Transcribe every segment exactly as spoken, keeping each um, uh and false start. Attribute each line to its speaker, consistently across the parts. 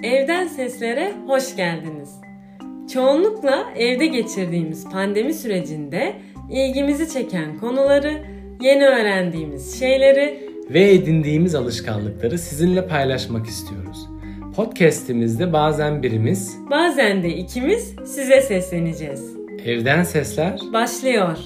Speaker 1: Evden Seslere hoş geldiniz. Çoğunlukla evde geçirdiğimiz pandemi sürecinde ilgimizi çeken konuları, yeni öğrendiğimiz şeyleri
Speaker 2: ve edindiğimiz alışkanlıkları sizinle paylaşmak istiyoruz. Podcast'imizde bazen birimiz,
Speaker 1: bazen de ikimiz size sesleneceğiz.
Speaker 2: Evden Sesler
Speaker 1: başlıyor.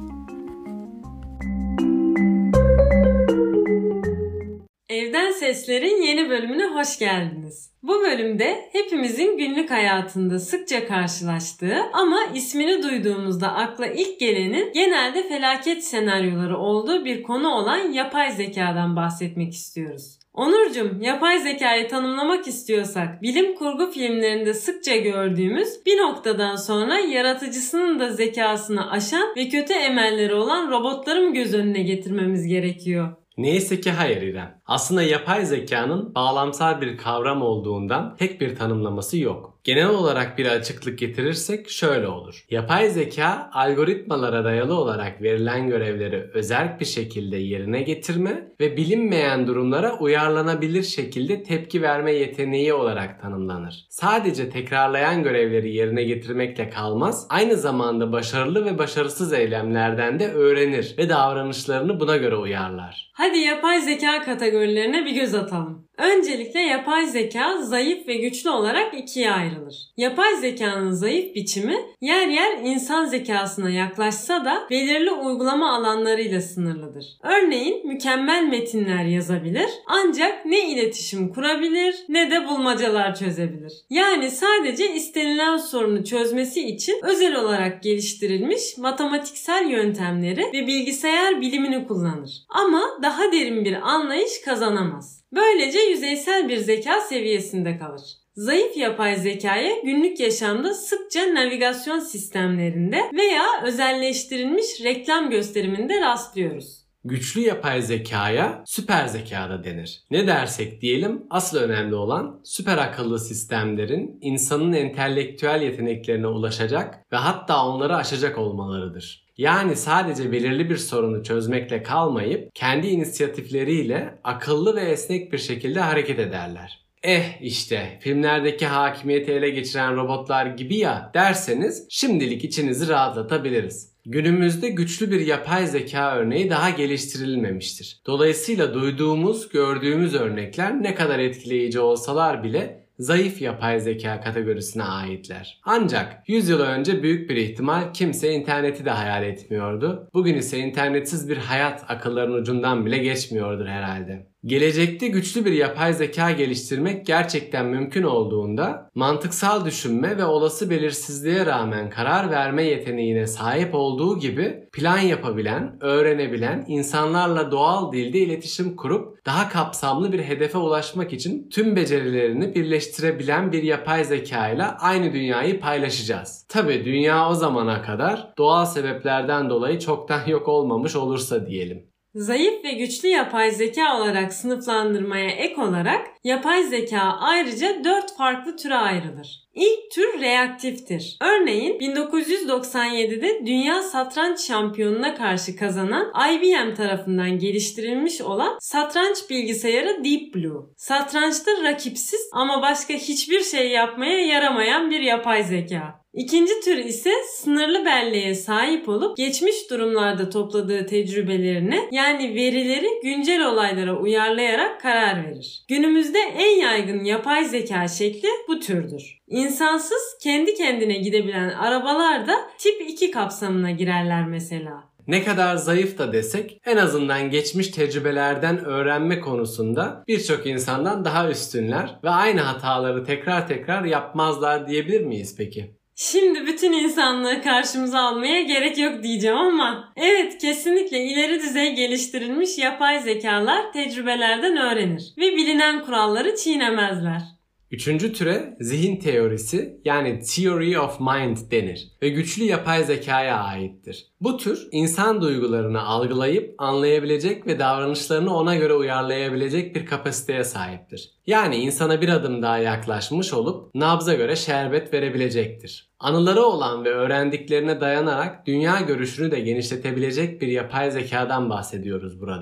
Speaker 1: Evden Sesler'in yeni bölümüne hoş geldiniz. Bu bölümde hepimizin günlük hayatında sıkça karşılaştığı ama ismini duyduğumuzda akla ilk gelenin genelde felaket senaryoları olduğu bir konu olan yapay zekadan bahsetmek istiyoruz. Onurcuğum, yapay zekayı tanımlamak istiyorsak bilim kurgu filmlerinde sıkça gördüğümüz bir noktadan sonra yaratıcısının da zekasını aşan ve kötü emelleri olan robotları mı göz önüne getirmemiz gerekiyor?
Speaker 2: Neyse ki hayır İrem. Aslında yapay zekanın bağlamsal bir kavram olduğundan tek bir tanımlaması yok. Genel olarak bir açıklık getirirsek şöyle olur. Yapay zeka, algoritmalara dayalı olarak verilen görevleri özerk bir şekilde yerine getirme ve bilinmeyen durumlara uyarlanabilir şekilde tepki verme yeteneği olarak tanımlanır. Sadece tekrarlayan görevleri yerine getirmekle kalmaz, aynı zamanda başarılı ve başarısız eylemlerden de öğrenir ve davranışlarını buna göre uyarlar.
Speaker 1: Hadi yapay zeka kategorilerine bir göz atalım. Öncelikle yapay zeka zayıf ve güçlü olarak ikiye ayrılır. Yapay zekanın zayıf biçimi yer yer insan zekasına yaklaşsa da belirli uygulama alanlarıyla sınırlıdır. Örneğin mükemmel metinler yazabilir ancak ne iletişim kurabilir ne de bulmacalar çözebilir. Yani sadece istenilen sorunu çözmesi için özel olarak geliştirilmiş matematiksel yöntemleri ve bilgisayar bilimini kullanır. Ama daha derin bir anlayış kazanamaz. Böylece yüzeysel bir zeka seviyesinde kalır. Zayıf yapay zekaya günlük yaşamda sıkça navigasyon sistemlerinde veya özelleştirilmiş reklam gösteriminde rastlıyoruz.
Speaker 2: Güçlü yapay zekaya süper zeka da denir. Ne dersek diyelim, asıl önemli olan süper akıllı sistemlerin insanın entelektüel yeteneklerine ulaşacak ve hatta onları aşacak olmalarıdır. Yani sadece belirli bir sorunu çözmekle kalmayıp kendi inisiyatifleriyle akıllı ve esnek bir şekilde hareket ederler. Eh işte filmlerdeki hakimiyeti ele geçiren robotlar gibi ya derseniz şimdilik içinizi rahatlatabiliriz. Günümüzde güçlü bir yapay zeka örneği daha geliştirilmemiştir. Dolayısıyla duyduğumuz, gördüğümüz örnekler ne kadar etkileyici olsalar bile zayıf yapay zeka kategorisine aitler. Ancak yüz yıl önce büyük bir ihtimal kimse interneti de hayal etmiyordu. Bugün ise internetsiz bir hayat akılların ucundan bile geçmiyordur herhalde. Gelecekte güçlü bir yapay zeka geliştirmek gerçekten mümkün olduğunda mantıksal düşünme ve olası belirsizliğe rağmen karar verme yeteneğine sahip olduğu gibi plan yapabilen, öğrenebilen, insanlarla doğal dilde iletişim kurup daha kapsamlı bir hedefe ulaşmak için tüm becerilerini birleştirebilen bir yapay zeka ile aynı dünyayı paylaşacağız. Tabii dünya o zamana kadar doğal sebeplerden dolayı çoktan yok olmamış olursa diyelim.
Speaker 1: Zayıf ve güçlü yapay zeka olarak sınıflandırmaya ek olarak yapay zeka ayrıca dört farklı türe ayrılır. İlk tür reaktiftir. Örneğin bin dokuz yüz doksan yedide Dünya Satranç Şampiyonu'na karşı kazanan I B M tarafından geliştirilmiş olan satranç bilgisayarı Deep Blue. Satrançta rakipsiz ama başka hiçbir şey yapmaya yaramayan bir yapay zeka. İkinci tür ise sınırlı belleğe sahip olup geçmiş durumlarda topladığı tecrübelerini yani verileri güncel olaylara uyarlayarak karar verir. Günümüzde en yaygın yapay zeka şekli bu türdür. İnsansız kendi kendine gidebilen arabalar da tip iki kapsamına girerler mesela.
Speaker 2: Ne kadar zayıf da desek en azından geçmiş tecrübelerden öğrenme konusunda birçok insandan daha üstünler ve aynı hataları tekrar tekrar yapmazlar diyebilir miyiz peki?
Speaker 1: Şimdi bütün insanlığı karşımıza almaya gerek yok diyeceğim ama evet, kesinlikle ileri düzey geliştirilmiş yapay zekalar tecrübelerden öğrenir ve bilinen kuralları çiğnemezler.
Speaker 2: Üçüncü türe zihin teorisi yani Theory of Mind denir ve güçlü yapay zekaya aittir. Bu tür insan duygularını algılayıp anlayabilecek ve davranışlarını ona göre uyarlayabilecek bir kapasiteye sahiptir. Yani insana bir adım daha yaklaşmış olup nabza göre şerbet verebilecektir. Anıları olan ve öğrendiklerine dayanarak dünya görüşünü de genişletebilecek bir yapay zekadan bahsediyoruz burada.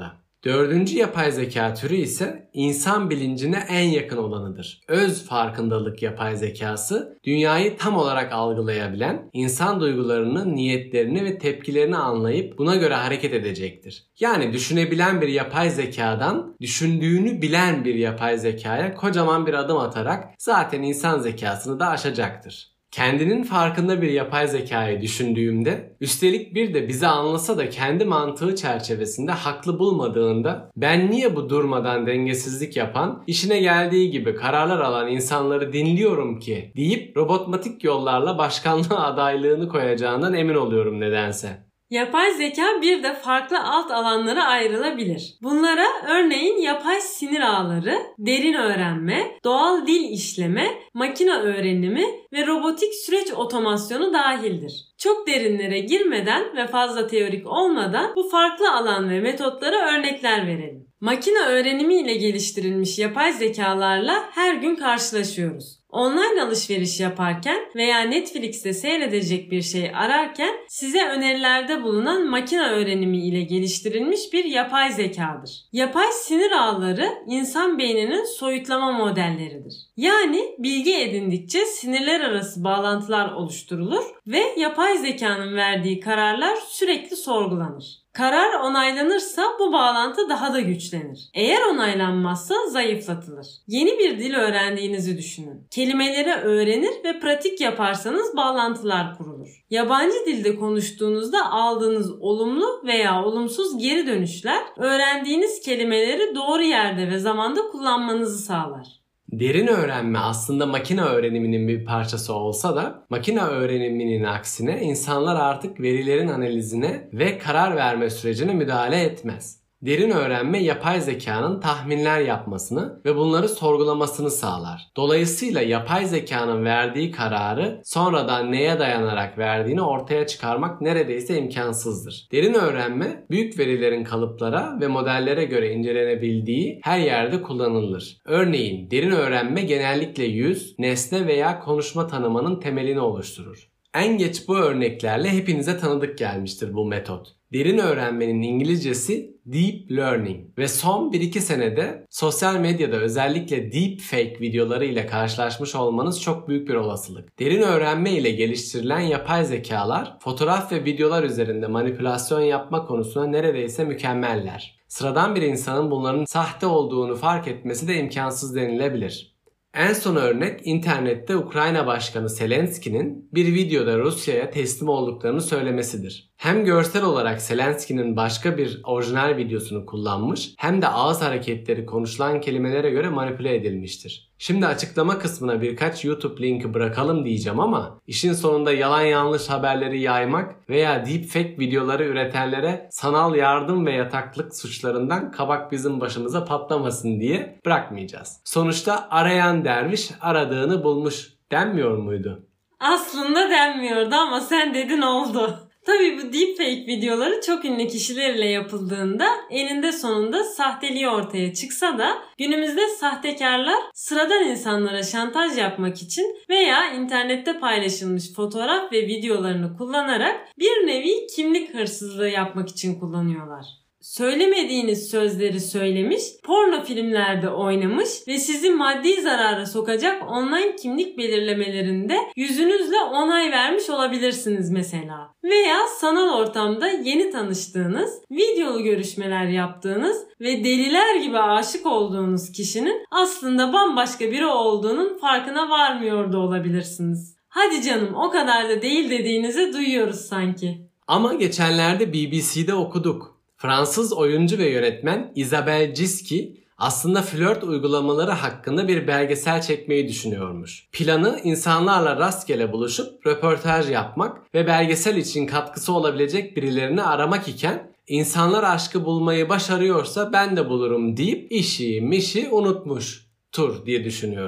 Speaker 2: Dördüncü yapay zeka türü ise insan bilincine en yakın olanıdır. Öz farkındalık yapay zekası, dünyayı tam olarak algılayabilen, insan duygularını, niyetlerini ve tepkilerini anlayıp buna göre hareket edecektir. Yani düşünebilen bir yapay zekadan düşündüğünü bilen bir yapay zekaya kocaman bir adım atarak zaten insan zekasını da aşacaktır. Kendinin farkında bir yapay zekayı düşündüğümde, üstelik bir de bizi anlasa da kendi mantığı çerçevesinde haklı bulmadığında, ben niye bu durmadan dengesizlik yapan, işine geldiği gibi kararlar alan insanları dinliyorum ki deyip robotmatik yollarla başkanlığa adaylığını koyacağından emin oluyorum nedense.
Speaker 1: Yapay zeka bir de farklı alt alanlara ayrılabilir. Bunlara örneğin yapay sinir ağları, derin öğrenme, doğal dil işleme, makine öğrenimi ve robotik süreç otomasyonu dahildir. Çok derinlere girmeden ve fazla teorik olmadan bu farklı alan ve metotlara örnekler verelim. Makine öğrenimi ile geliştirilmiş yapay zekalarla her gün karşılaşıyoruz. Online alışveriş yaparken veya Netflix'te seyredecek bir şey ararken size önerilerde bulunan makine öğrenimi ile geliştirilmiş bir yapay zekadır. Yapay sinir ağları insan beyninin soyutlama modelleridir. Yani bilgi edindikçe sinirler arası bağlantılar oluşturulur ve yapay zekanın verdiği kararlar sürekli sorgulanır. Karar onaylanırsa bu bağlantı daha da güçlenir. Eğer onaylanmazsa zayıflatılır. Yeni bir dil öğrendiğinizi düşünün. Kelimeleri öğrenir ve pratik yaparsanız bağlantılar kurulur. Yabancı dilde konuştuğunuzda aldığınız olumlu veya olumsuz geri dönüşler öğrendiğiniz kelimeleri doğru yerde ve zamanda kullanmanızı sağlar.
Speaker 2: Derin öğrenme aslında makine öğreniminin bir parçası olsa da makine öğreniminin aksine insanlar artık verilerin analizine ve karar verme sürecine müdahale etmez. Derin öğrenme yapay zekanın tahminler yapmasını ve bunları sorgulamasını sağlar. Dolayısıyla yapay zekanın verdiği kararı sonradan neye dayanarak verdiğini ortaya çıkarmak neredeyse imkansızdır. Derin öğrenme büyük verilerin kalıplara ve modellere göre incelenebildiği her yerde kullanılır. Örneğin derin öğrenme genellikle yüz, nesne veya konuşma tanımanın temelini oluşturur. En geç bu örneklerle hepinize tanıdık gelmiştir bu metot. Derin öğrenmenin İngilizcesi Deep Learning ve son bir iki senede sosyal medyada özellikle deepfake videoları ile karşılaşmış olmanız çok büyük bir olasılık. Derin öğrenme ile geliştirilen yapay zekalar fotoğraf ve videolar üzerinde manipülasyon yapma konusunda neredeyse mükemmeller. Sıradan bir insanın bunların sahte olduğunu fark etmesi de imkansız denilebilir. En son örnek internette Ukrayna Başkanı Zelenski'nin bir videoda Rusya'ya teslim olduklarını söylemesidir. Hem görsel olarak Zelenski'nin başka bir orijinal videosunu kullanmış hem de ağız hareketleri konuşulan kelimelere göre manipüle edilmiştir. Şimdi açıklama kısmına birkaç YouTube linki bırakalım diyeceğim ama işin sonunda yalan yanlış haberleri yaymak veya deepfake videoları üretenlere sanal yardım ve yataklık suçlarından kabak bizim başımıza patlamasın diye bırakmayacağız. Sonuçta arayan derviş aradığını bulmuş denmiyor muydu?
Speaker 1: Aslında denmiyordu ama sen dedin oldu. Tabii bu deepfake videoları çok ünlü kişilerle yapıldığında eninde sonunda sahteliği ortaya çıksa da günümüzde sahtekarlar sıradan insanlara şantaj yapmak için veya internette paylaşılmış fotoğraf ve videolarını kullanarak bir nevi kimlik hırsızlığı yapmak için kullanıyorlar. Söylemediğiniz sözleri söylemiş, porno filmlerde oynamış ve sizi maddi zarara sokacak online kimlik belirlemelerinde yüzünüzle onay vermiş olabilirsiniz mesela. Veya sanal ortamda yeni tanıştığınız, videolu görüşmeler yaptığınız ve deliler gibi aşık olduğunuz kişinin aslında bambaşka biri olduğunun farkına varmıyor da olabilirsiniz. Hadi canım o kadar da değil dediğinizi duyuyoruz sanki.
Speaker 2: Ama geçenlerde B B C'de okuduk. Fransız oyuncu ve yönetmen Isabelle Gisky aslında flört uygulamaları hakkında bir belgesel çekmeyi düşünüyormuş. Planı insanlarla rastgele buluşup röportaj yapmak ve belgesel için katkısı olabilecek birilerini aramak iken insanlar aşkı bulmayı başarıyorsa ben de bulurum deyip işi mişi unutmuş tur diye düşünüyoruz.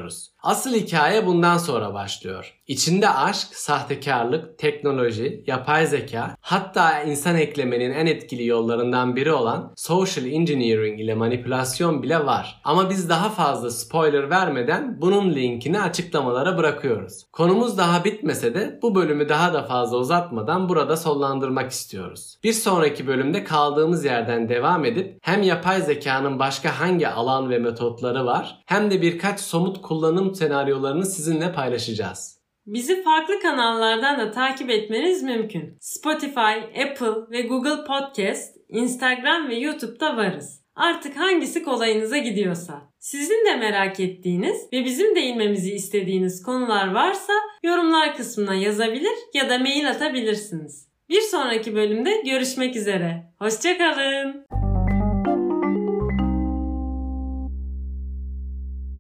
Speaker 2: Asıl hikaye bundan sonra başlıyor. İçinde aşk, sahtekarlık, teknoloji, yapay zeka, hatta insan eklemenin en etkili yollarından biri olan social engineering ile manipülasyon bile var. Ama biz daha fazla spoiler vermeden bunun linkini açıklamalara bırakıyoruz. Konumuz daha bitmese de bu bölümü daha da fazla uzatmadan burada sonlandırmak istiyoruz. Bir sonraki bölümde kaldığımız yerden devam edip hem yapay zekanın başka hangi alan ve metotları var hem de birkaç somut kullanım senaryolarını sizinle paylaşacağız.
Speaker 1: Bizi farklı kanallardan da takip etmeniz mümkün. Spotify, Apple ve Google Podcast, Instagram ve YouTube'da varız. Artık hangisi kolayınıza gidiyorsa. Sizin de merak ettiğiniz ve bizim değinmemizi istediğiniz konular varsa yorumlar kısmına yazabilir ya da mail atabilirsiniz. Bir sonraki bölümde görüşmek üzere. Hoşça kalın.